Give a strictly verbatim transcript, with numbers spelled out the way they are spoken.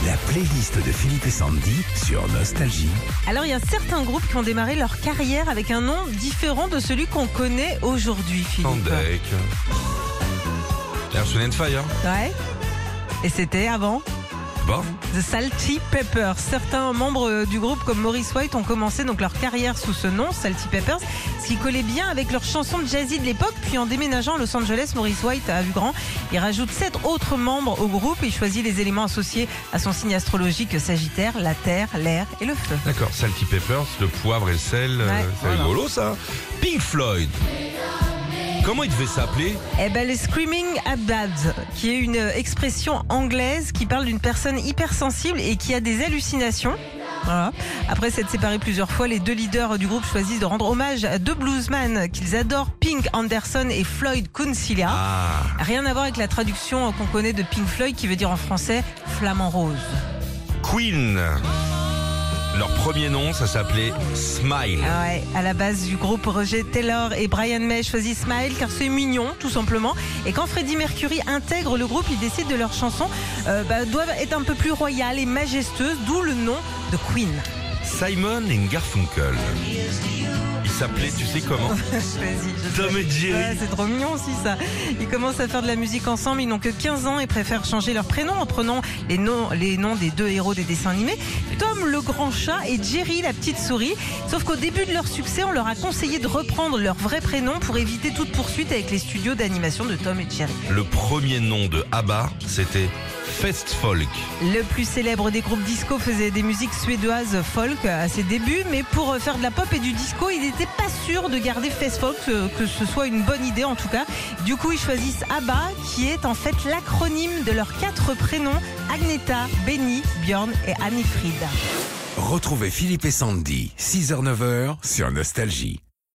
La playlist de Philippe et Sandy sur Nostalgie. Alors, il y a certains groupes qui ont démarré leur carrière avec un nom différent de celui qu'on connaît aujourd'hui, Philippe. Sandek. Earth, Wind and Fire. Ouais. Et c'était avant Bon. The Salty Peppers. Certains membres du groupe comme Maurice White ont commencé donc leur carrière sous ce nom, Salty Peppers, ce qui collait bien avec leurs chansons jazzy de l'époque. Puis en déménageant à Los Angeles, Maurice White a vu grand. Il rajoute sept autres membres au groupe et il choisit les éléments associés à son signe astrologique Sagittaire, la terre, l'air et le feu. D'accord, Salty Peppers, le poivre et le sel, euh, Ouais, c'est voilà. rigolo ça. Pink Floyd. Comment il devait s'appeler? Eh ben, les Screaming Abbaths, qui est une expression anglaise qui parle d'une personne hypersensible et qui a des hallucinations. Voilà. Après s'être séparés plusieurs fois, les deux leaders du groupe choisissent de rendre hommage à deux bluesmen qu'ils adorent, Pink Anderson et Floyd Councilia. Ah, Rien à voir avec la traduction qu'on connaît de Pink Floyd qui veut dire en français flamant rose. Queen. Leur premier nom, ça s'appelait Smile. Ah ouais, à la base du groupe, Roger Taylor et Brian May choisissent Smile car c'est mignon, tout simplement. Et quand Freddie Mercury intègre le groupe, ils décident de leur chanson euh, bah, doivent être un peu plus royales et majestueuses, d'où le nom de Queen. Simon et Garfunkel. Il s'appelait, tu sais comment? Vas-y, je Tom sais. et Jerry. Ouais, c'est trop mignon aussi ça. Ils commencent à faire de la musique ensemble, ils n'ont que quinze ans et préfèrent changer leur prénom en prenant les noms, les noms des deux héros des dessins animés, Tom le grand chat et Jerry la petite souris. Sauf qu'au début de leur succès, on leur a conseillé de reprendre leur vrai prénom pour éviter toute poursuite avec les studios d'animation de Tom et Jerry. Le premier nom de ABBA, c'était Festfolk. Le plus célèbre des groupes disco faisait des musiques suédoises folk à ses débuts, mais pour faire de la pop et du disco, il n'était pas sûr de garder Festfolk, que ce soit une bonne idée en tout cas. Du coup, ils choisissent ABBA, qui est en fait l'acronyme de leurs quatre prénoms, Agnetha, Benny, Björn et Anni-Frid. Retrouvez Philippe et Sandy, six heures neuf heures sur Nostalgie.